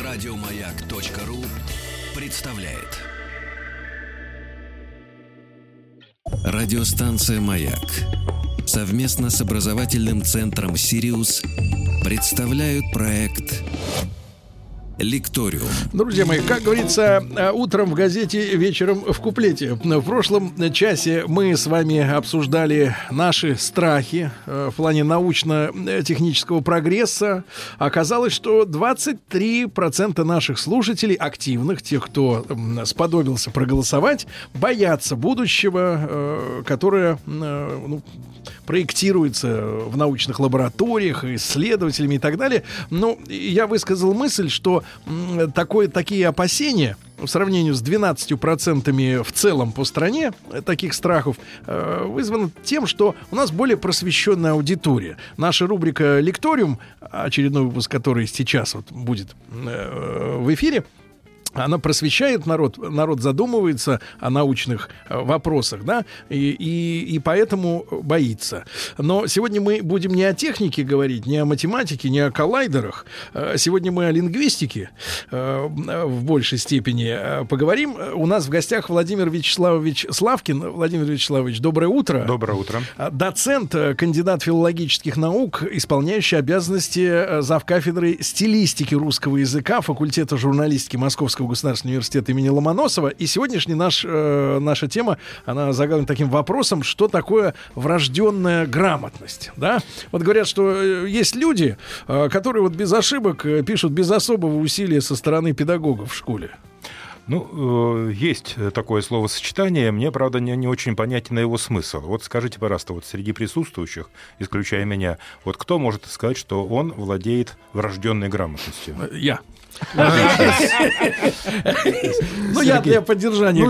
Радиомаяк.ру представляет. Радиостанция «Маяк» совместно с образовательным центром «Сириус» представляют проект «Лекториум». Друзья мои, как говорится, утром в газете, вечером в куплете. В прошлом часе мы с вами обсуждали наши страхи в плане научно-технического прогресса. Оказалось, что 23% наших слушателей, активных, тех, кто сподобился проголосовать, боятся будущего, которое проектируется в научных лабораториях, исследователями и так далее. Но я высказал мысль, что такие опасения в сравнении с 12% в целом по стране таких страхов вызваны тем, что у нас более просвещенная аудитория. Наша рубрика «Лекториум», очередной выпуск, который сейчас будет в эфире, она просвещает народ задумывается о научных вопросах, да, и поэтому боится. Но сегодня мы будем не о технике говорить, не о математике, не о коллайдерах. Сегодня мы о лингвистике в большей степени поговорим. У нас в гостях Владимир Вячеславович Славкин. Владимир Вячеславович, доброе утро. Доброе утро. Доцент, кандидат филологических наук, исполняющий обязанности завкафедры стилистики русского языка факультета журналистики Московского государственного университета имени Ломоносова. И сегодняшняя наша тема, она заглавлена таким вопросом, что такое врожденная грамотность. Да? Вот говорят, что есть люди, которые вот без ошибок пишут без особого усилия со стороны педагогов в школе. Есть такое словосочетание, мне, правда, не очень понятен его смысл. Вот скажите, пожалуйста, вот среди присутствующих, исключая меня, вот кто может сказать, что он владеет врожденной грамотностью? Я. Я для поддержания,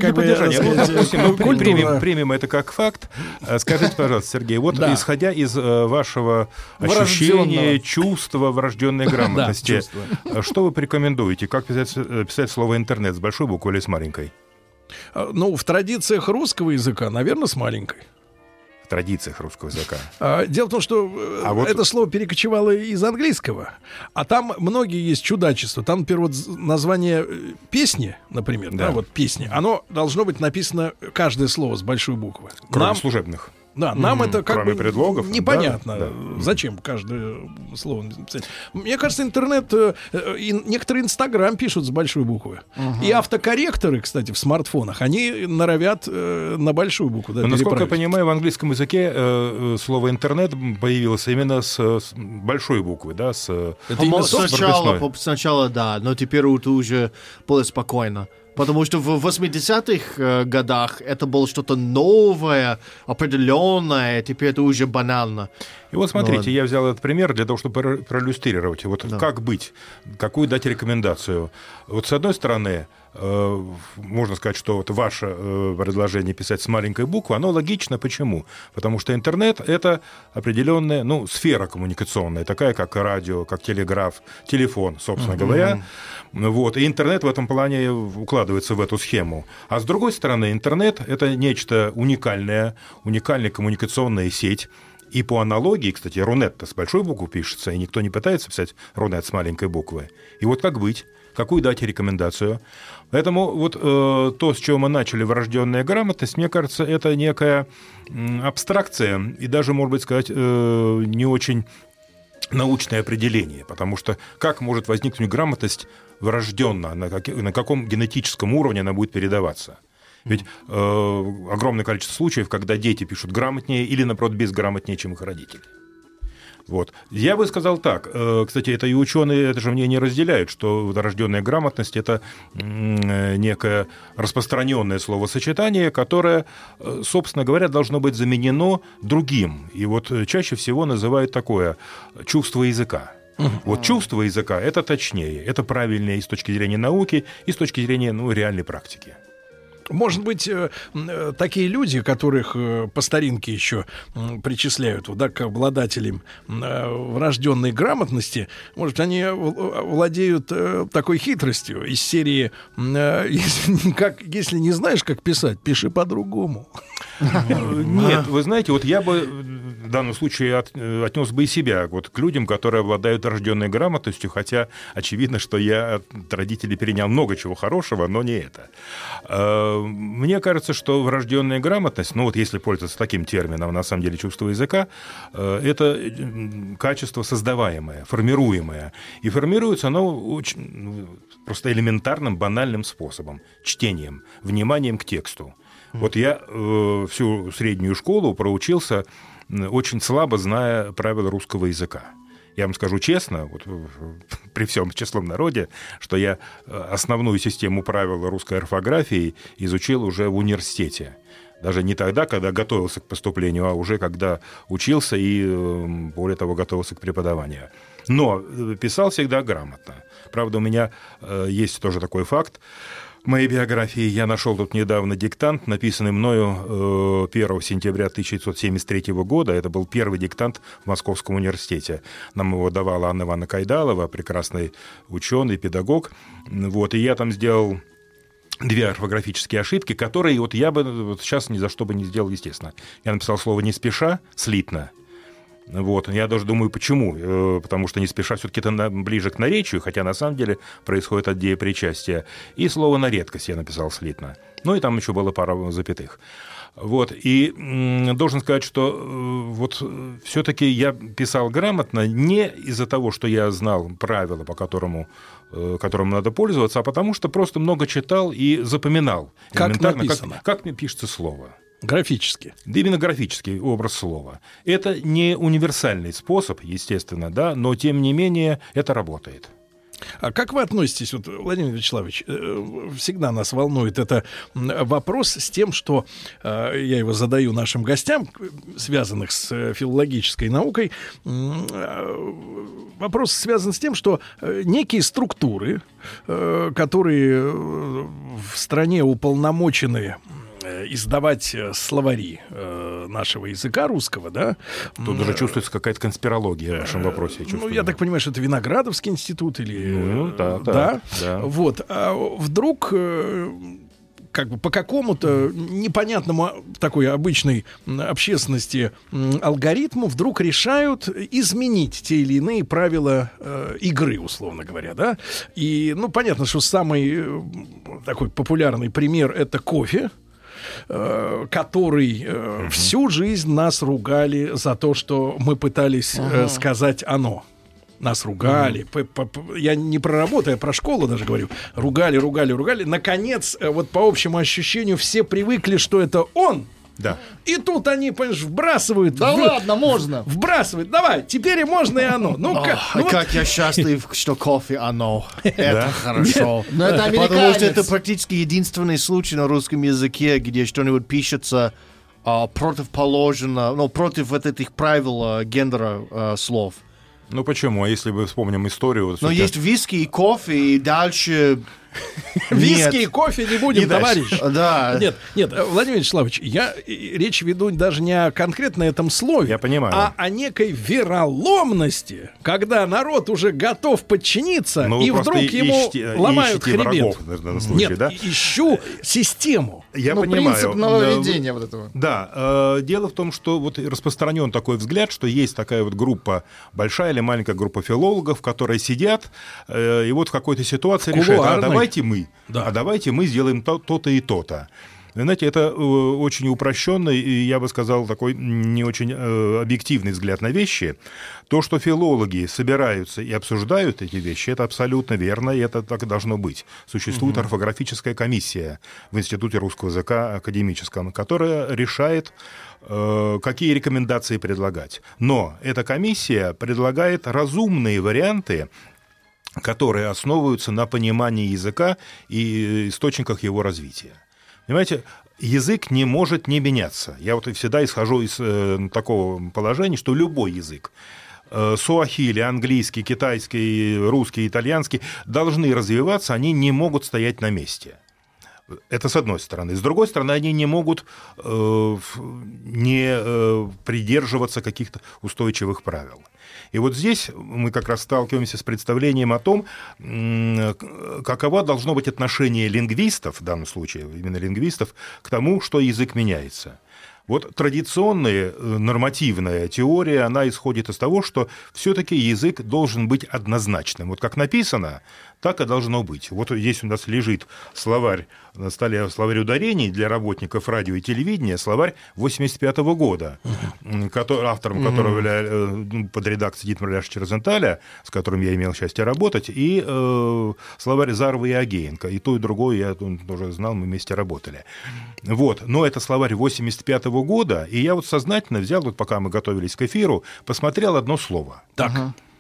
примем это как факт. Скажите, пожалуйста, Сергей, вот исходя из вашего ощущения, чувства врожденной грамотности, что вы порекомендуете? Как писать слово «интернет» с большой буквы или с маленькой? В традициях русского языка, наверное, с маленькой. В традициях русского языка. Дело в том, что это слово перекочевало из английского, а там многие есть чудачества. Там, например, название песни, например, песни, оно должно быть написано каждое слово с большой буквы. Кроме служебных. Да, нам это как бы предлогов, непонятно, зачем каждое слово написать. Мне кажется, интернет, некоторые Инстаграм пишут с большой буквы. И автокорректоры, кстати, в смартфонах, они норовят на большую букву. Да, насколько я понимаю, в английском языке слово «интернет» появилось именно с большой буквы, да? Сначала, да, но теперь это уже было спокойно. Потому что в 80-х годах это было что-то новое, определенное, теперь это уже банально. И вот смотрите, я взял этот пример для того, чтобы проиллюстрировать. Вот как быть, какую дать рекомендацию. Вот с одной стороны, можно сказать, что вот ваше предложение писать с маленькой буквы, оно логично. Почему? Потому что интернет — это определенная сфера коммуникационная, такая как радио, как телеграф, телефон, собственно говоря. Вот. И интернет в этом плане укладывается в эту схему. А с другой стороны, интернет — это нечто уникальная коммуникационная сеть. И по аналогии, кстати, Рунет-то с большой буквы пишется, и никто не пытается писать Рунет с маленькой буквы. И вот как быть? Какую дать рекомендацию? Поэтому вот то, с чего мы начали, врожденная грамотность, мне кажется, это некая абстракция и даже, может быть, сказать, не очень научное определение, потому что как может возникнуть грамотность врожденно, на каком генетическом уровне она будет передаваться? Ведь огромное количество случаев, когда дети пишут грамотнее или, наоборот, безграмотнее, чем их родители. Вот. Я бы сказал так. Кстати, это и ученые это же мнение разделяют, что врожденная грамотность — это некое распространенное словосочетание, которое, собственно говоря, должно быть заменено другим. И вот чаще всего называют такое чувство языка. Вот чувство языка — это точнее, это правильнее и с точки зрения науки, и с точки зрения реальной практики. Может быть, такие люди, которых по старинке еще причисляют к обладателям врожденной грамотности, может, они владеют такой хитростью из серии «Если не знаешь, как писать, пиши по-другому». Нет, вы знаете, вот я бы в данном случае отнес бы и себя вот к людям, которые обладают рожденной грамотностью, хотя очевидно, что я от родителей перенял много чего хорошего, но не это. Мне кажется, что врожденная грамотность, ну вот если пользоваться таким термином, на самом деле чувство языка, это качество создаваемое, формируемое. И формируется оно очень просто элементарным, банальным способом, чтением, вниманием к тексту. Вот я всю среднюю школу проучился, очень слабо зная правила русского языка. Я вам скажу честно, вот, при всем честном народе, что я основную систему правил русской орфографии изучил уже в университете. Даже не тогда, когда готовился к поступлению, а уже когда учился и, более того, готовился к преподаванию. Но писал всегда грамотно. Правда, у меня есть тоже такой факт. В моей биографии я нашел тут недавно диктант, написанный мною 1 сентября 1973 года. Это был первый диктант в Московском университете. Нам его давала Анна Ивановна Кайдалова, прекрасный ученый, педагог. Вот, и я там сделал 2 орфографические ошибки, которые вот я бы вот сейчас ни за что бы не сделал, естественно. Я написал слово «не спеша» слитно. Вот. Я даже думаю, почему. Потому что не спеша все-таки это ближе к наречию, хотя на самом деле происходит от деепричастия. И слово «на редкость» я написал слитно. Ну и там еще было пара запятых. Вот. И должен сказать, что вот все-таки я писал грамотно не из-за того, что я знал правила, по которым надо пользоваться, а потому что просто много читал и запоминал. Как написано. Как пишется слово. Графически. Именно графический образ слова. Это не универсальный способ, естественно, да, но тем не менее это работает. А как вы относитесь, вот, Владимир Вячеславович, всегда нас волнует это вопрос с тем, что я его задаю нашим гостям, связанных с филологической наукой. Вопрос связан с тем, что некие структуры, которые в стране уполномочены издавать словари нашего языка русского, да. Тут уже чувствуется какая-то конспирология в вашем вопросе. Ну, я так понимаю, что это Виноградовский институт или... Ну, да. Вот. А вдруг... как бы по какому-то непонятному такой обычной общественности алгоритму вдруг решают изменить те или иные правила игры, условно говоря, да? И, ну, понятно, что самый такой популярный пример — это кофе, который всю жизнь нас ругали за то, что мы пытались сказать «оно». Нас ругали. Я не про работу, я про школу даже говорю. Ругали. Наконец, вот по общему ощущению, все привыкли, что это он. Да. И тут они, понимаешь, вбрасывают. Да ладно, можно. Вбрасывают. Давай, теперь и можно, и оно. Как я счастлив, что кофе оно. Это хорошо. Но это американец. Потому что это практически единственный случай на русском языке, где что-нибудь пишется противоположно, против вот этих правил гендера слов. Ну почему? А если мы вспомним историю... Но есть виски и кофе, и дальше... Виски и кофе не будем, товарищ. Да. Нет, Владимир Вячеславович, я речь веду даже не о конкретно этом слове, я понимаю, а о некой вероломности, когда народ уже готов подчиниться, и вдруг ему ломают хребет. Нет, да? ищу систему. Я понимаю. Принцип нововведения вот этого. Да. Дело в том, что вот распространен такой взгляд, что есть такая вот группа, большая или маленькая группа филологов, которые сидят и вот в какой-то ситуации решают, давайте мы сделаем то-то и то-то. Знаете, это очень упрощенный и, я бы сказал, такой не очень объективный взгляд на вещи. То, что филологи собираются и обсуждают эти вещи, это абсолютно верно, и это так и должно быть. Существует орфографическая комиссия в Институте русского языка академическом, которая решает, какие рекомендации предлагать. Но эта комиссия предлагает разумные варианты, которые основываются на понимании языка и источниках его развития. Понимаете, язык не может не меняться. Я вот всегда исхожу из такого положения, что любой язык, суахили, английский, китайский, русский, итальянский, должны развиваться, они не могут стоять на месте. Это с одной стороны. С другой стороны, они не могут не придерживаться каких-то устойчивых правил. И вот здесь мы как раз сталкиваемся с представлением о том, каково должно быть отношение лингвистов, в данном случае именно лингвистов, к тому, что язык меняется. Вот традиционная нормативная теория, она исходит из того, что все-таки язык должен быть однозначным. Вот как написано, так и должно быть. Вот здесь у нас лежит словарь на столе, словарь ударений для работников радио и телевидения, словарь 1985 года, автором которого под редакцией Дитмара Ляшевича Розенталя, с которым я имел счастье работать, и словарь Зарова и Агеенко. И то, и другое я тоже знал, мы вместе работали. Вот. Но это словарь 1985 года, и я вот сознательно взял, вот пока мы готовились к эфиру, посмотрел одно слово. Так.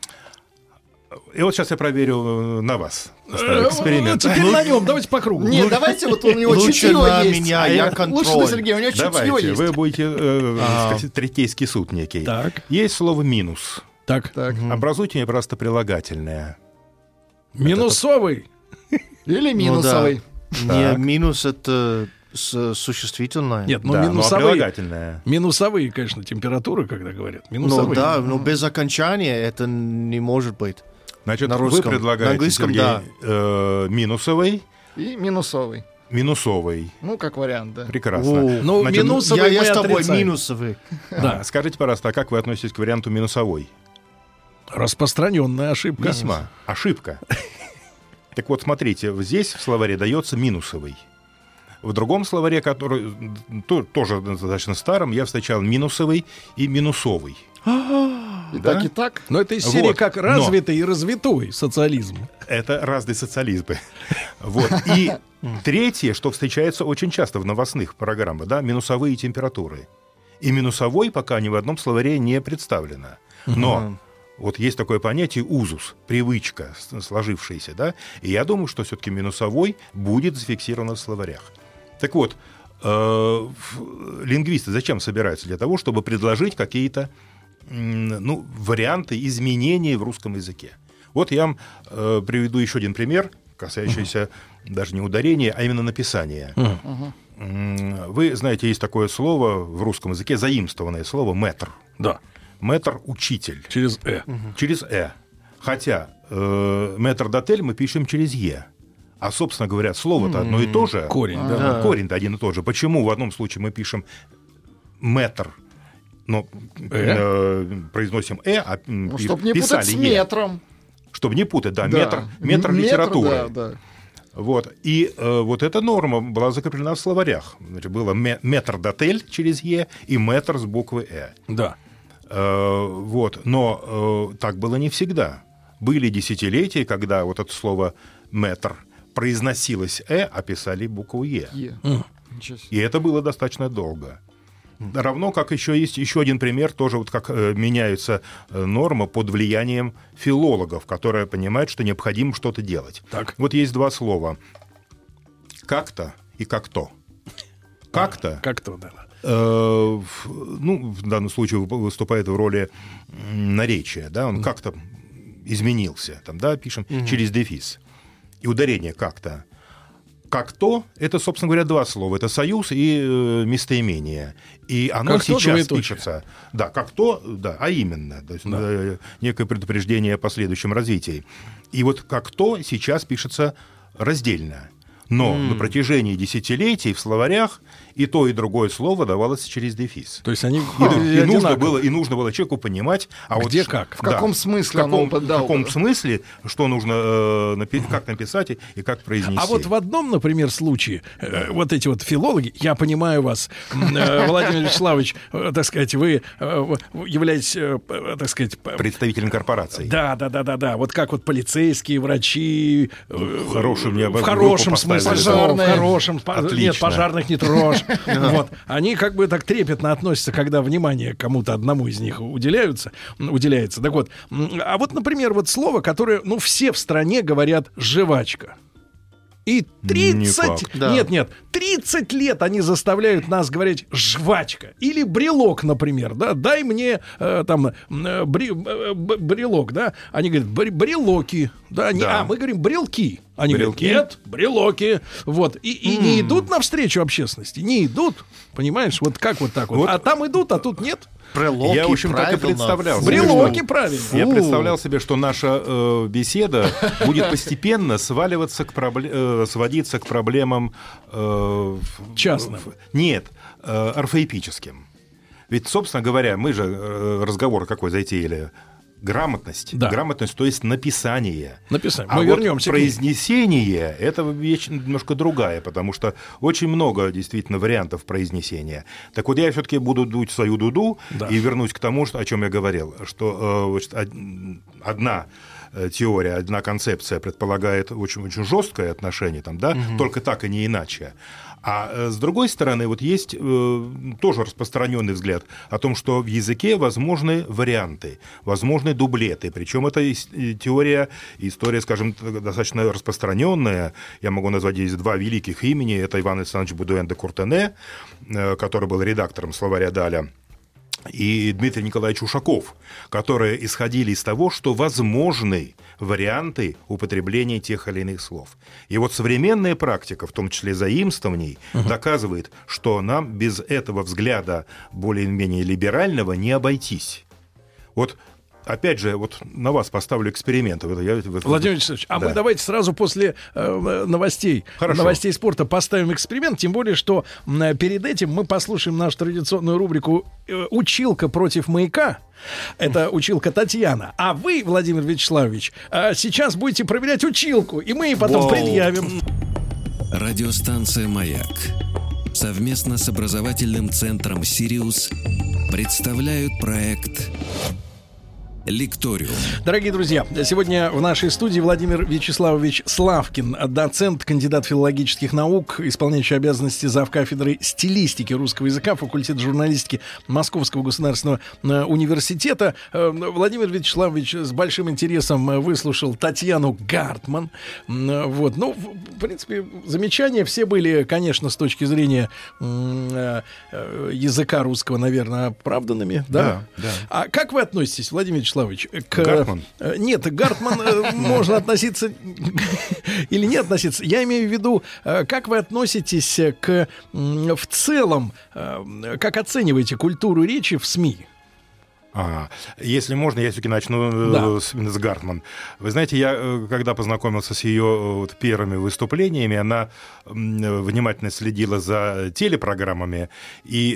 И вот сейчас я проверю на вас. Эксперимент. Теперь на нем, давайте по кругу. Нет, давайте вот у него Лучше чутье на есть. меня, я контроль. Лучше на Сергея, у него чутье Давайте, есть. вы будете третейский суд некий. Так. Есть слово «минус». Так. Образуйте мне просто прилагательное. Минусовый. Или минусовый. Не, минус это существительное. Нет, ну Да, ну а минусовые. прилагательное? Минусовые, конечно, температуры, когда говорят. Ну Минусовые. да, но без окончания это не может быть. Значит, На вы русском. предлагаете, На английском, Сергей, минусовый, И минусовый. минусовый. Ну, как вариант, да. Прекрасно. О, Ну, Значит, минусовый я мы с тобой отрицаем. минусовый. Да. Скажите, пожалуйста, а как вы относитесь к варианту минусовой? Распространенная ошибка. Весьма. Ошибка. Так вот, смотрите, здесь в словаре дается минусовый. В другом словаре, который тоже достаточно старом, я встречал минусовый и минусовый. И Да? так, и так. Но это из серии Вот, как но- развитый и развитой социализм. Это разные социализмы. Вот. И третье, что встречается очень часто в новостных программах, да, минусовые температуры. И минусовой пока ни в одном словаре не представлено. Но вот есть такое понятие узус, привычка сложившаяся, да, и я думаю, что все-таки минусовой будет зафиксирован в словарях. Так вот, лингвисты зачем собираются? Для того, чтобы предложить какие-то варианты изменений в русском языке. Вот я вам приведу еще один пример, касающийся даже не ударения, а именно написания. Вы знаете, есть такое слово в русском языке, заимствованное слово «мэтр». Да. Мэтр – учитель. Через «э». Через «э». Хотя метрдотель мы пишем через «е». А, собственно говоря, слово-то одно и то же. Корень, да. Корень-то один и тот же. Почему в одном случае мы пишем «метр», но произносим «э», а Ну, чтобы не писали путать с «е». метром. Чтобы не путать, да, Да. метр литературы. Да, да. Вот. И вот эта норма была закреплена в словарях. Значит, было метрдотель через «е» и метр с буквы «э». Да. Вот. Но так было не всегда. Были десятилетия, когда вот это слово «метр» произносилось «э», а писали букву «е». Ничего себе. И это было достаточно долго. Равно как еще есть еще один пример, тоже вот как меняется норма под влиянием филологов, которые понимают, что необходимо что-то делать. Так. Вот есть два слова. «Как-то» и «как-то». «Как-то» Как-то, да. в данном случае выступает в роли наречия, да, он как-то изменился, там, да, пишем через дефис. И ударение «как-то». «Как-то» — это, собственно говоря, два слова. Это союз и местоимение. И оно «Как-то» сейчас двоеточие. пишется. Да, «как-то», да, а именно. То есть некое предупреждение о последующем развитии. И вот «как-то» сейчас пишется раздельно. Но на протяжении десятилетий в словарях и то, и другое слово давалось через дефис. То есть они И нужно было человеку понимать, а где вот как. В каком смысле оно в поддало, каком да? смысле, что нужно, как написать и как произнести. А вот в одном, например, случае, вот эти вот филологи, я понимаю вас, Владимир Вячеславович, так сказать, вы являетесь, так сказать... Представителем корпорации. Да. Вот как вот полицейские, врачи... В хорошем смысле. Пожарные. В хорошем. Отлично. Нет, пожарных не трожь. Вот. Они как бы так трепетно относятся, когда внимание кому-то одному из них уделяется. Так вот, а вот, например, вот слово, которое, все в стране говорят «жвачка». И 30... Никак. Да. Нет, 30 лет они заставляют нас говорить «жвачка». Или брелок, например, да, дай мне брелок, да. Они говорят брелоки, да. Мы говорим брелки. Они Брелки? говорят, нет, брелоки. Вот. И не идут навстречу общественности, не идут. Понимаешь, вот как вот так вот. Вот. А там идут, а тут нет. Брелоки, Я, в общем, так и правильно. представлял. Брелоки, правильно. Я представлял себе, что наша беседа будет постепенно сводиться к проблемам... Частным. Нет, орфоэпическим. Ведь, собственно говоря, мы же разговор какой затеяли? Грамотность. Да. Грамотность, то есть написание. Написание. А Мы вот вернемся. произнесение – это вещь немножко другая, потому что очень много действительно вариантов произнесения. Так вот, я все-таки буду дуть свою дуду и вернусь к тому, о чем я говорил, что одна теория, одна концепция предполагает очень жесткое отношение, там, да, только так и не иначе. А с другой стороны, вот есть тоже распространенный взгляд о том, что в языке возможны варианты, возможны дублеты. Причем это теория, история, скажем, достаточно распространенная. Я могу назвать здесь два великих имени. Это Иван Александрович Бодуэн де Куртене, который был редактором словаря Даля, и Дмитрий Николаевич Ушаков, которые исходили из того, что возможны варианты употребления тех или иных слов. И вот современная практика, в том числе заимствований, доказывает, что нам без этого взгляда более-менее либерального не обойтись. Вот опять же, вот на вас поставлю эксперимент. Владимир Вячеславович, а мы давайте сразу после новостей спорта поставим эксперимент, тем более, что перед этим мы послушаем нашу традиционную рубрику «Училка против маяка». Это училка Татьяна. А вы, Владимир Вячеславович, сейчас будете проверять училку, и мы ей потом предъявим. Радиостанция «Маяк» совместно с образовательным центром «Сириус» представляют проект «Лекториум». Дорогие друзья, сегодня в нашей студии Владимир Вячеславович Славкин, доцент, кандидат филологических наук, исполняющий обязанности завкафедры стилистики русского языка, факультет журналистики Московского государственного университета. Владимир Вячеславович с большим интересом выслушал Татьяну Гартман. Вот. Ну, в принципе, замечания все были, конечно, с точки зрения языка русского, наверное, оправданными. Да? Да. А как вы относитесь, Владимир Вячеславович, к... Гартман? Нет, к Гартман можно относиться или не относиться. Я имею в виду, как вы относитесь в целом, как оцениваете культуру речи в СМИ? Если можно, я все-таки начну с Гартман. Вы знаете, я когда познакомился с ее первыми выступлениями, она внимательно следила за телепрограммами и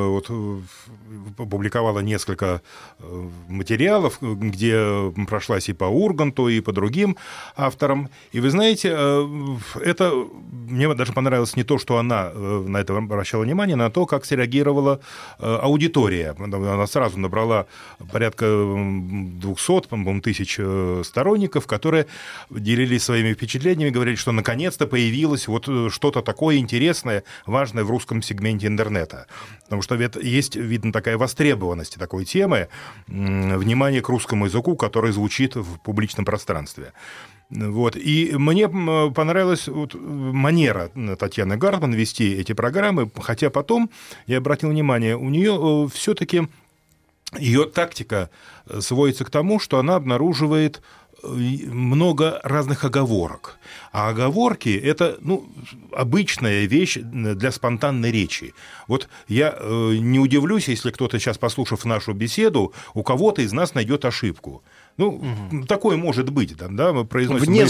публиковала несколько материалов, где прошлась и по Урганту, и по другим авторам. И вы знаете, это мне даже понравилось не то, что она на это обращала внимание, на то, как среагировала аудитория. Она сразу набрала порядка 200, по-моему, тысяч сторонников, которые делились своими впечатлениями, говорили, что наконец-то появилось вот что-то такое интересное, важное в русском сегменте интернета. Потому что есть, видно, такая востребованность такой темы, внимание к русскому языку, который звучит в публичном пространстве. Вот. И мне понравилась манера Татьяны Гартман вести эти программы, хотя потом, я обратил внимание, у нее все-таки ее тактика сводится к тому, что она обнаруживает много разных оговорок. А оговорки – это обычная вещь для спонтанной речи. Вот я не удивлюсь, если кто-то сейчас, послушав нашу беседу, у кого-то из нас найдет ошибку. Такое может быть. Да, мы произносим... Вне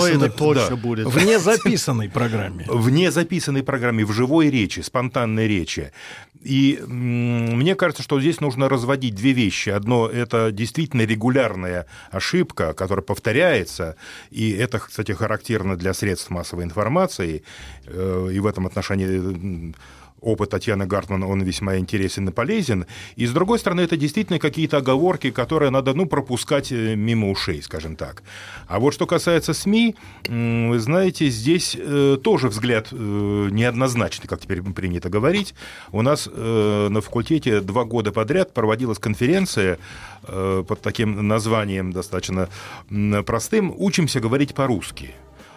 записанной программе. Вне записанной программе, в живой речи, спонтанной речи. И мне кажется, что здесь нужно разводить две вещи. Одно – это действительно регулярная ошибка, которая повторяется, и это, кстати, характерно для средств массовой информации, и в этом отношении опыт Татьяны Гартман, он весьма интересен и полезен. И, с другой стороны, это действительно какие-то оговорки, которые надо, пропускать мимо ушей, скажем так. А вот что касается СМИ, вы знаете, здесь тоже взгляд неоднозначный, как теперь принято говорить. У нас на факультете 2 года подряд проводилась конференция под таким названием достаточно простым «Учимся говорить по-русски».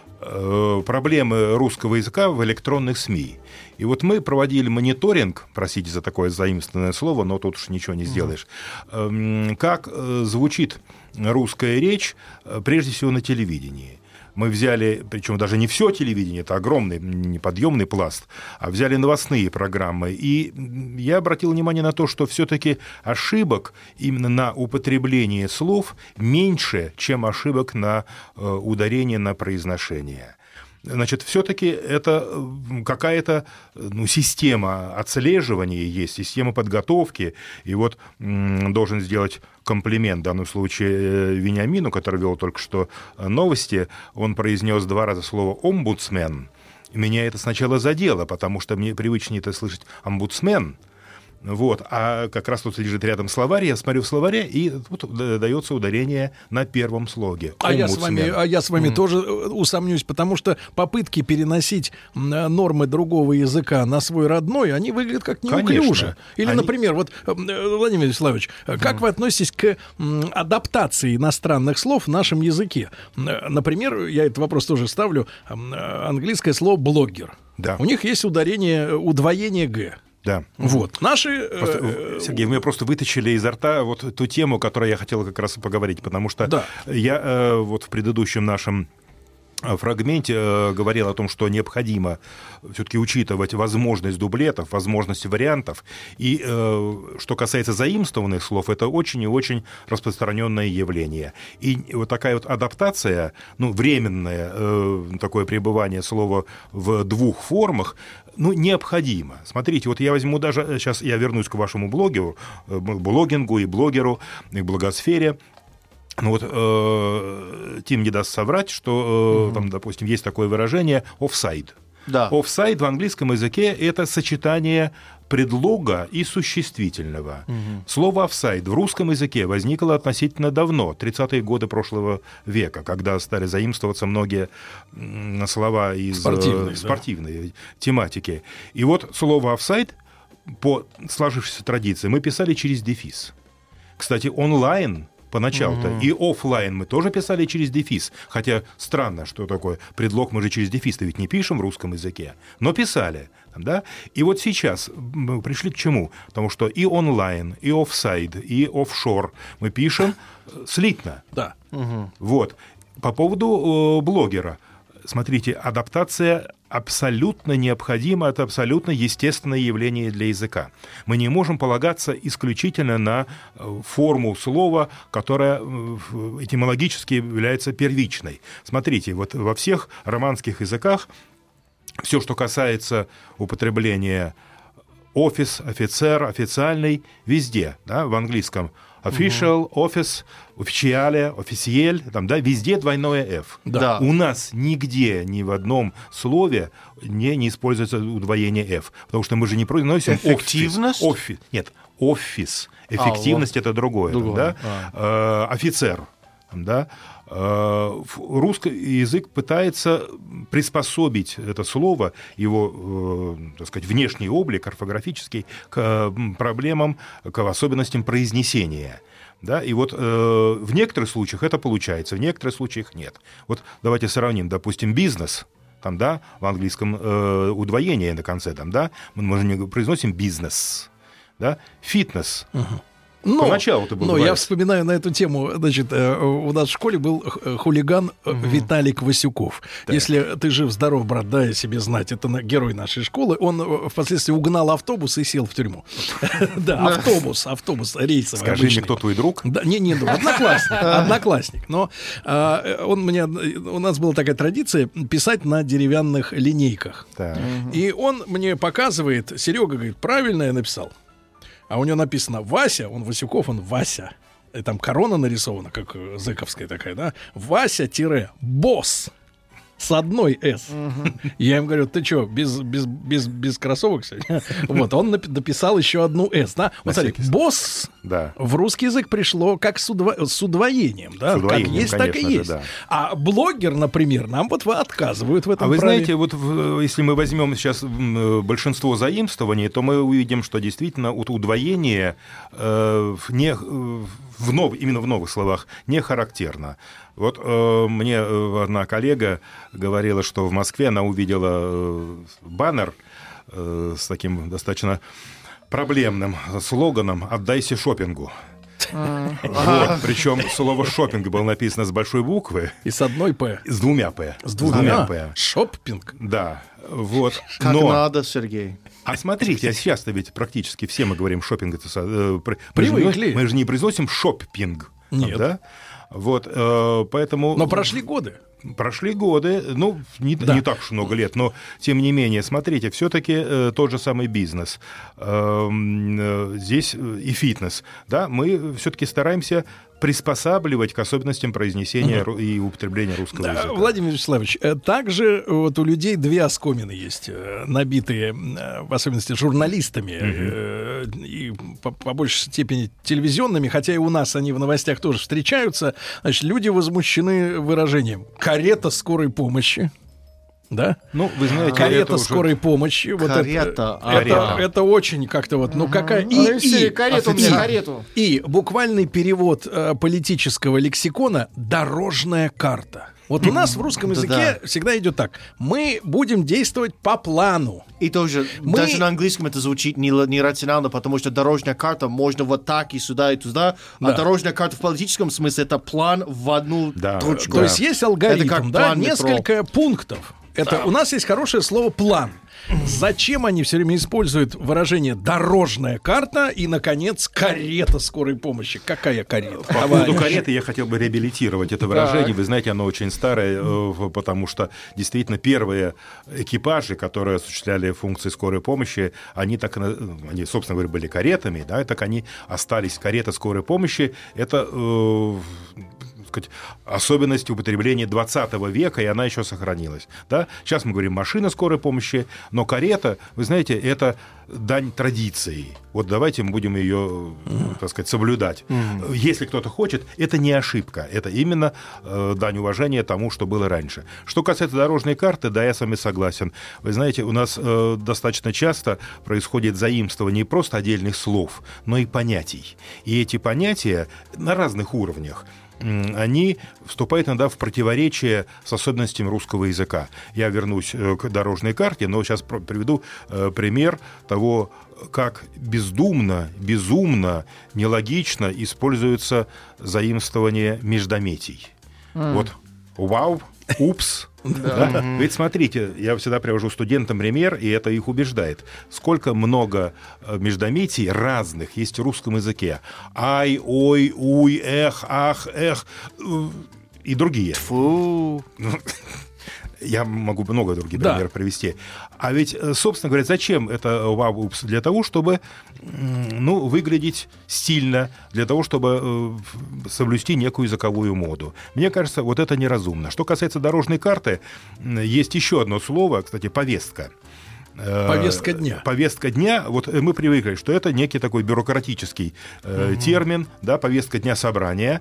Проблемы русского языка в электронных СМИ. И вот мы проводили мониторинг, простите за такое заимствованное слово, но тут уж ничего не сделаешь, как звучит русская речь, прежде всего на телевидении. Мы взяли, причем даже не все телевидение, это огромный неподъемный пласт, а взяли новостные программы. И я обратил внимание на то, что все-таки ошибок именно на употребление слов меньше, чем ошибок на ударение, на произношение. Значит, все-таки это какая-то система отслеживания есть, система подготовки. И вот должен сделать комплимент в данном случае Вениамину, который вел только что новости. Он произнес 2 раза слово «омбудсмен». Меня это сначала задело, потому что мне привычнее это слышать «омбудсмен». Вот, а как раз тут лежит рядом словарь, я смотрю в словаре, и тут дается ударение на первом слоге. А я с вами тоже усомнюсь, потому что попытки переносить нормы другого языка на свой родной, они выглядят как неуклюже. Или, например, вот, Владимир Вячеславович, как вы относитесь к адаптации иностранных слов в нашем языке? Например, я этот вопрос тоже ставлю, английское слово «блогер». Да. У них есть удвоение «г». Да. Вот. Наши... Сергей, вы просто вытащили изо рта вот ту тему, о которой я хотел как раз поговорить, потому что я вот в предыдущем нашем фрагменте говорил о том, что необходимо все-таки учитывать возможность дублетов, возможность вариантов. И что касается заимствованных слов, это очень и очень распространенное явление. И вот такая вот адаптация, временное такое пребывание слова в 2 формах, необходимо. Смотрите, вот я возьму даже... Сейчас я вернусь к вашему блогингу и блогеру, и блогосфере. Тим не даст соврать, что там, допустим, есть такое выражение «офсайд». Да. «Офсайд» в английском языке — это сочетание предлога и существительного. Слово «офсайд» в русском языке возникло относительно давно, 30-е годы прошлого века, когда стали заимствоваться многие слова из спортивной тематики. И вот слово «офсайд» по сложившейся традиции мы писали через дефис. Кстати, онлайн поначалу-то и офлайн мы тоже писали через дефис. Хотя странно, что такое предлог мы же через дефис-то ведь не пишем в русском языке, но писали. Да? И вот сейчас мы пришли к чему? Потому что и онлайн, и офсайд, и офшор мы пишем слитно. Да. Вот. По поводу блогера. Смотрите, адаптация абсолютно необходима, это абсолютно естественное явление для языка. Мы не можем полагаться исключительно на форму слова, которая этимологически является первичной. Смотрите, вот во всех романских языках все, что касается употребления офис, офицер, официальный, везде, да, в английском official, office, officiale, officiel, там, да, везде двойное F. Да. У нас нигде, ни в одном слове не используется удвоение F, потому что мы же не произносим эффективность. Нет, офис. Эффективность это другое. Там, да? Офицер. Там, да? Русский язык пытается приспособить это слово, его, так сказать, внешний облик, орфографический, к проблемам, к особенностям произнесения. Да? И вот в некоторых случаях это получается, в некоторых случаях нет. Вот давайте сравним, допустим, бизнес. Там, да, в английском удвоение на конце, там, да, мы же не произносим бизнес, да, фитнес. Но я вспоминаю на эту тему, значит, у нас в школе был хулиган Виталик Васюков. Так. Если ты жив-здоров, брат, дай себе знать, это герой нашей школы. Он впоследствии угнал автобус и сел в тюрьму. Да, автобус рейсовый. Скажи мне, кто твой друг? Не, одноклассник. Но у нас была такая традиция писать на деревянных линейках. И он мне показывает, Серега говорит, правильно я написал. А у него написано Вася, он Васюков, он Вася. И там корона нарисована, как зэковская такая, да? Вася-босс. С одной «с». Я им говорю, ты что, без кроссовок сегодня? Вот, он дописал еще одну «с», да? Вот смотри, «босс» в русский язык пришло как с удвоением, да? Как есть, так и есть. Да. А блогер, например, нам вот отказывают в этом праве. А вы знаете, вот если мы возьмем сейчас большинство заимствований, то мы увидим, что действительно удвоение именно в новых словах не характерно. Вот мне одна коллега говорила, что в Москве она увидела баннер с таким достаточно проблемным слоганом «Отдайся шопингу». Вот, причем слово «шопинг» было написано с большой буквы. И с одной «п». С двумя «п». С двумя «п». Шоппинг. Да. Вот. Как надо, Сергей. А смотрите, а сейчас-то ведь практически все мы говорим «шопинг». Привыкли. Мы же не произносим «шоппинг». Нет. Да? Вот, поэтому... Но прошли годы. Прошли годы, ну, не так уж много лет, но, тем не менее, смотрите, все-таки тот же самый бизнес, здесь и фитнес, да, мы все-таки стараемся приспосабливать к особенностям произнесения и употребления русского языка. Владимир Вячеславович, также вот у людей две оскомины есть, набитые, в особенности, журналистами, и по большей степени телевизионными, хотя и у нас они в новостях тоже встречаются. Значит, люди возмущены выражением «карета скорой помощи». Да? Ну, вы знаете, карета скорой помощи. Вот это очень как-то вот, ну какая... Карету мне, карету. И буквальный перевод политического лексикона «дорожная карта». Вот у нас в русском языке всегда идет так. Мы будем действовать по плану. И тоже, даже на английском это звучит нерационально, потому что дорожная карта можно вот так и сюда, и туда, а дорожная карта в политическом смысле это план в одну точку. То есть есть алгоритм, да, несколько пунктов. Это у нас есть хорошее слово «план». Зачем они все время используют выражение «дорожная карта» и, наконец, «карета скорой помощи»? Какая карета? По поводу кареты я хотел бы реабилитировать это выражение. Вы знаете, оно очень старое, потому что действительно первые экипажи, которые осуществляли функции скорой помощи, они, собственно говоря, были каретами, да, так они остались. Карета скорой помощи — это... сказать, особенность употребления 20 века, и она еще сохранилась. Да? Сейчас мы говорим машина скорой помощи, но карета, вы знаете, это дань традиции. Вот давайте мы будем ее, так сказать, соблюдать. Если кто-то хочет, это не ошибка, это именно дань уважения тому, что было раньше. Что касается дорожной карты, да, я с вами согласен. Вы знаете, у нас достаточно часто происходит заимствование не просто отдельных слов, но и понятий. И эти понятия на разных уровнях, они вступают иногда в противоречие с особенностями русского языка. Я вернусь к дорожной карте, но сейчас приведу пример того, как безумно, нелогично используется заимствование междометий. Вот «вау», «упс». Да? Ведь смотрите, я всегда привожу студентам пример, и это их убеждает. Сколько много междометий разных есть в русском языке. Ай, ой, уй, эх, ах, эх и другие. Фу. Я могу много других примеров привести. А ведь, собственно говоря, зачем это «вау-упс»? Для того, чтобы выглядеть стильно, для того, чтобы соблюсти некую языковую моду. Мне кажется, вот это неразумно. Что касается дорожной карты, есть еще одно слово, кстати, «повестка». Повестка дня. Повестка дня, вот мы привыкли, что это некий такой бюрократический термин, да, повестка дня собрания.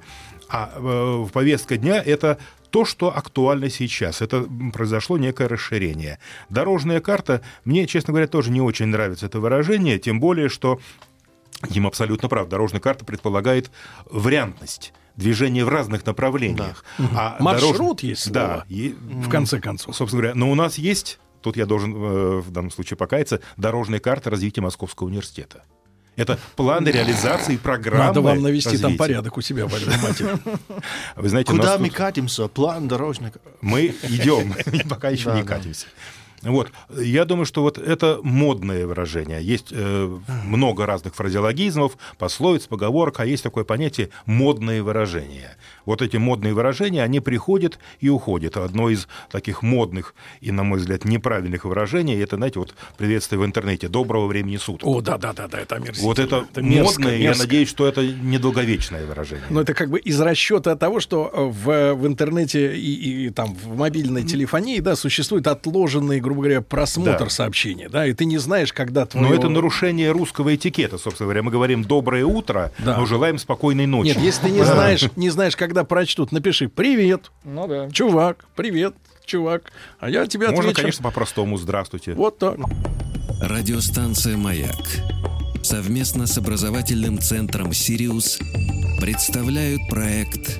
А повестка дня — это то, что актуально сейчас. Это произошло некое расширение. Дорожная карта, мне, честно говоря, тоже не очень нравится это выражение, тем более, что им абсолютно прав. Дорожная карта предполагает вариантность. Движение в разных направлениях. Да. А маршрут есть слово, в конце концов. Собственно говоря, но у нас есть, тут я должен в данном случае покаяться, дорожная карта развития Московского университета. Это план реализации программы. Надо вам навести развития. Там порядок у себя в альма-матере. Вы знаете, куда мы катимся? План дорожный. Мы идем, пока еще не катимся. Вот. Я думаю, что вот это модное выражение. Есть много разных фразеологизмов, пословиц, поговорок, а есть такое понятие «модные выражения». Вот эти модные выражения, они приходят и уходят. Одно из таких модных и, на мой взгляд, неправильных выражений — это, знаете, вот приветствие в интернете «доброго времени суток». О, да-да-да, это омерзительно. Вот это модное, я надеюсь, что это недолговечное выражение. Но это как бы из расчета того, что в интернете и там в мобильной телефонии, да, существует отложенный, грубо говоря, просмотр сообщения, да, и ты не знаешь, когда твое... Но это нарушение русского этикета, собственно говоря. Мы говорим «доброе утро», но желаем спокойной ночи. Нет, если ты не знаешь, когда прочтут, напиши «привет, чувак, привет, чувак», а я тебе отвечу. Можно, конечно, по-простому «здравствуйте». Вот так. Радиостанция «Маяк» совместно с образовательным центром «Сириус» представляют проект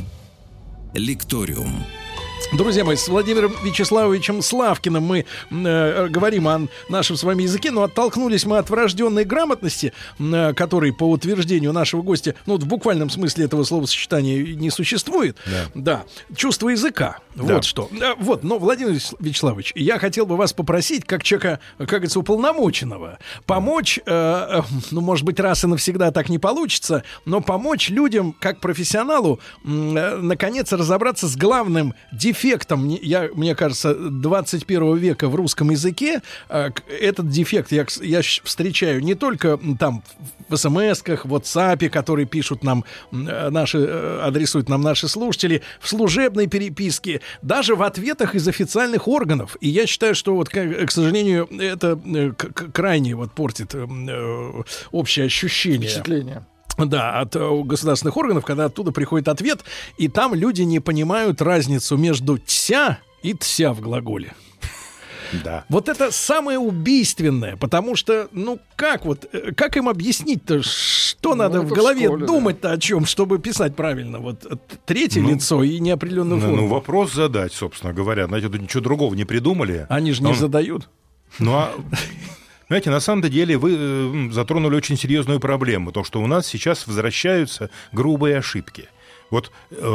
«Лекториум». Друзья мои, с Владимиром Вячеславовичем Славкиным мы говорим о нашем с вами языке, но оттолкнулись мы от врожденной грамотности, которой, по утверждению нашего гостя, в буквальном смысле этого словосочетания не существует. Да. Чувство языка. Вот что. Вот, но, Владимир Вячеславович, я хотел бы вас попросить, как человека, как говорится, уполномоченного, помочь, может быть, раз и навсегда так не получится, но помочь людям, как профессионалу, наконец разобраться с главным дефектом дефектом, мне кажется, 21 века в русском языке. Этот дефект я встречаю не только там в смс-ках, в WhatsApp, которые пишут нам адресуют нам наши слушатели, в служебной переписке, даже в ответах из официальных органов. И я считаю, что вот, к сожалению, это крайне вот портит общее ощущение. Впечатление. Да, от государственных органов, когда оттуда приходит ответ, и там люди не понимают разницу между «тся» и «тся» в глаголе. Да. Вот это самое убийственное, потому что, как им объяснить-то, что надо в голове думать-то о чем, чтобы писать правильно? Вот третье лицо и неопределенную форму. Вопрос задать, собственно говоря. Знаете, тут ничего другого не придумали. Они же не задают. Знаете, на самом деле вы затронули очень серьезную проблему, то, что у нас сейчас возвращаются грубые ошибки. Вот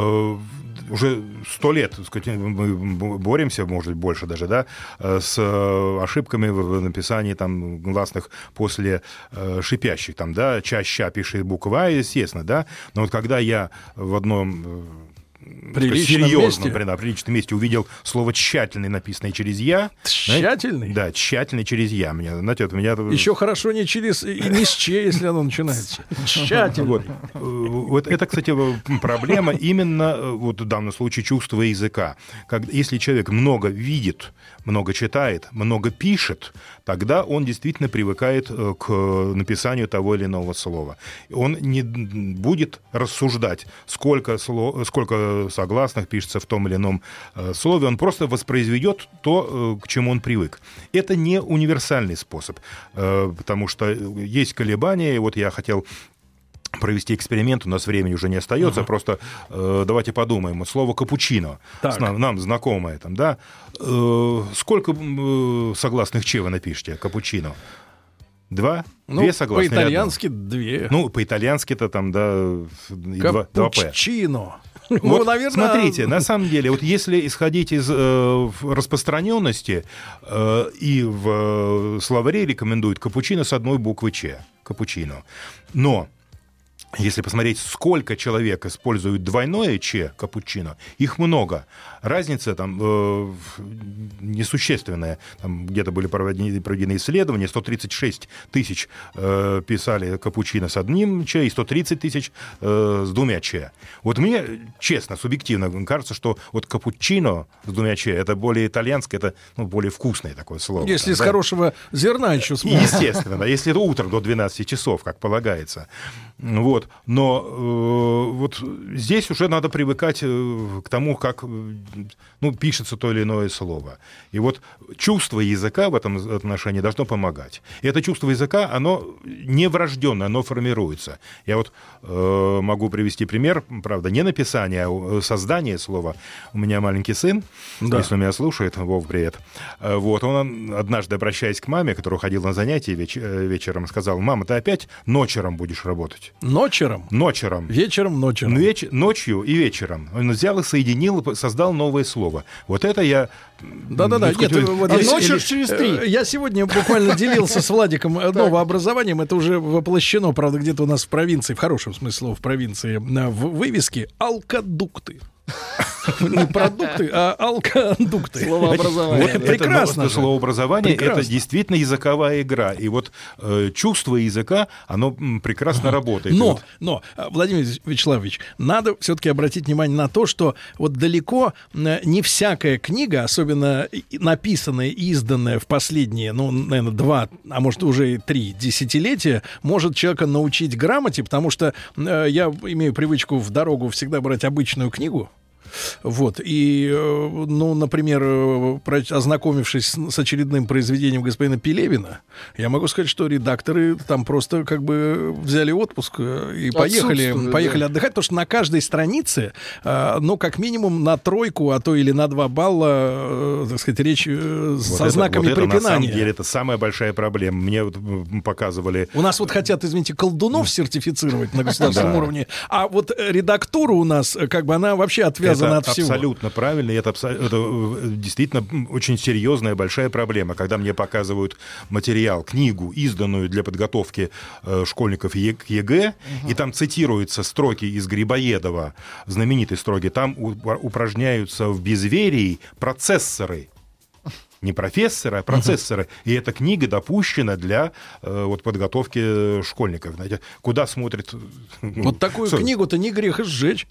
уже 100 лет, так сказать, мы боремся, может быть, больше даже, да, с ошибками в написании там гласных после шипящих, там, да, ча-ща пишет буква А, естественно, да, но вот когда я в одном приличном месте увидел слово «тщательный», написанное через «я». Тщательный? Да, «тщательный» через «я». Еще хорошо не через и не с «че», если оно начинается. Тщательный. Вот это, кстати, проблема именно вот в данном случае чувства языка. Если человек много видит, много читает, много пишет, тогда он действительно привыкает к написанию того или иного слова. Он не будет рассуждать, сколько согласных пишется в том или ином слове, он просто воспроизведет то, к чему он привык. Это не универсальный способ, потому что есть колебания, и вот я хотел провести эксперимент, у нас времени уже не остается, просто давайте подумаем. Вот слово «капучино», нам знакомое, там, да? Сколько согласных «че» вы напишете «капучино»? 2? 2 согласные? По-итальянски 2. Ну, по-итальянски это там, да, 2 «п». Капучино. Вот, наверное... Смотрите, на самом деле, вот если исходить из распространенности, и в словаре рекомендуют капучино с одной буквы «ч», капучино. Но если посмотреть, сколько человек используют двойное «че», капучино, их много. Разница там несущественная. Там где-то были проведены исследования, 136 тысяч писали капучино с одним «че» и 130 тысяч с 2 «че». Вот мне, честно, субъективно кажется, что вот капучино с 2 «че» это более итальянское, это более вкусное такое слово. Если с хорошего зерна еще смотрят. Естественно, если это утром до 12 часов, как полагается. Вот. Но вот здесь уже надо привыкать к тому, как пишется то или иное слово. И вот чувство языка в этом отношении должно помогать. И это чувство языка, оно не врожденное, оно формируется. Я вот могу привести пример, правда, не написание, а создание слова. У меня маленький сын, если он меня слушает, Вов, привет. Вот, он однажды, обращаясь к маме, которая ходила на занятия вечером, сказал: «Мама, ты опять ночером будешь работать». Ночером? Ночером. Вечером, ночером. Ночью и вечером. Он взял и соединил, создал новое слово. Вот это я... Да-да-да. Ночью через 3. Я сегодня буквально делился с Владиком новообразованием. Это уже воплощено, правда, где-то у нас в провинции, в хорошем смысле слова, в провинции, в вывеске «Алкодукты». Не продукты, а алкодукты. Словообразование. Вот прекрасно. Это словообразование, это действительно языковая игра. И вот чувство языка, оно прекрасно работает. Но, Владимир Вячеславович, надо все-таки обратить внимание на то, что вот далеко не всякая книга, особенно написанная и изданная в последние, наверное, 2, а может уже и 3 десятилетия, может человека научить грамоте, потому что я имею привычку в дорогу всегда брать обычную книгу. Вот, и, например, ознакомившись с очередным произведением господина Пелевина, я могу сказать, что редакторы там просто как бы взяли отпуск и поехали отдыхать, потому что на каждой странице, как минимум на 3, а то или на 2 балла, так сказать, речь со знаками препинания. На самом деле, это самая большая проблема. Мне вот показывали... У нас вот хотят, извините, колдунов сертифицировать на государственном уровне, а вот редактура у нас, как бы, она вообще отвязана сказано от всего. Абсолютно правильно. Это действительно очень серьезная, большая проблема. Когда мне показывают материал, книгу, изданную для подготовки школьников к ЕГЭ, и там цитируются строки из Грибоедова, знаменитые строки, там упражняются в безверии процессоры. Не профессоры, а процессоры. И эта книга допущена для подготовки школьников. Знаете, куда смотрит... Вот такую книгу-то не грех и сжечь.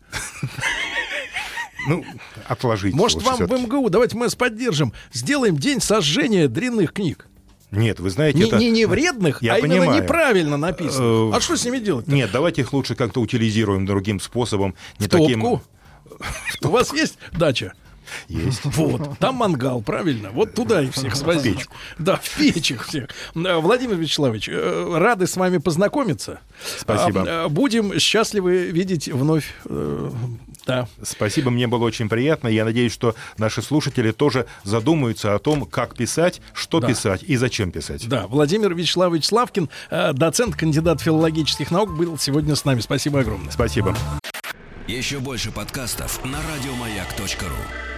Отложите. Может, вам в МГУ, давайте мы вас поддержим, сделаем день сожжения дрянных книг. Нет, вы знаете, это... Не вредных, я понимаю. Именно неправильно написано. А что с ними делать? Нет, давайте их лучше как-то утилизируем другим способом. В топку. У вас есть дача? Есть. Вот, там мангал, правильно? Вот туда их всех свозить. В печку. Да, в печек всех. Владимир Вячеславович, рады с вами познакомиться. Спасибо. Будем счастливы видеть вновь. Да. Спасибо, мне было очень приятно. Я надеюсь, что наши слушатели тоже задумаются о том, как писать, что писать и зачем писать. Да, Владимир Вячеславович Славкин, доцент, кандидат филологических наук, был сегодня с нами. Спасибо огромное. Спасибо. Еще больше подкастов на радиомаяк.ру.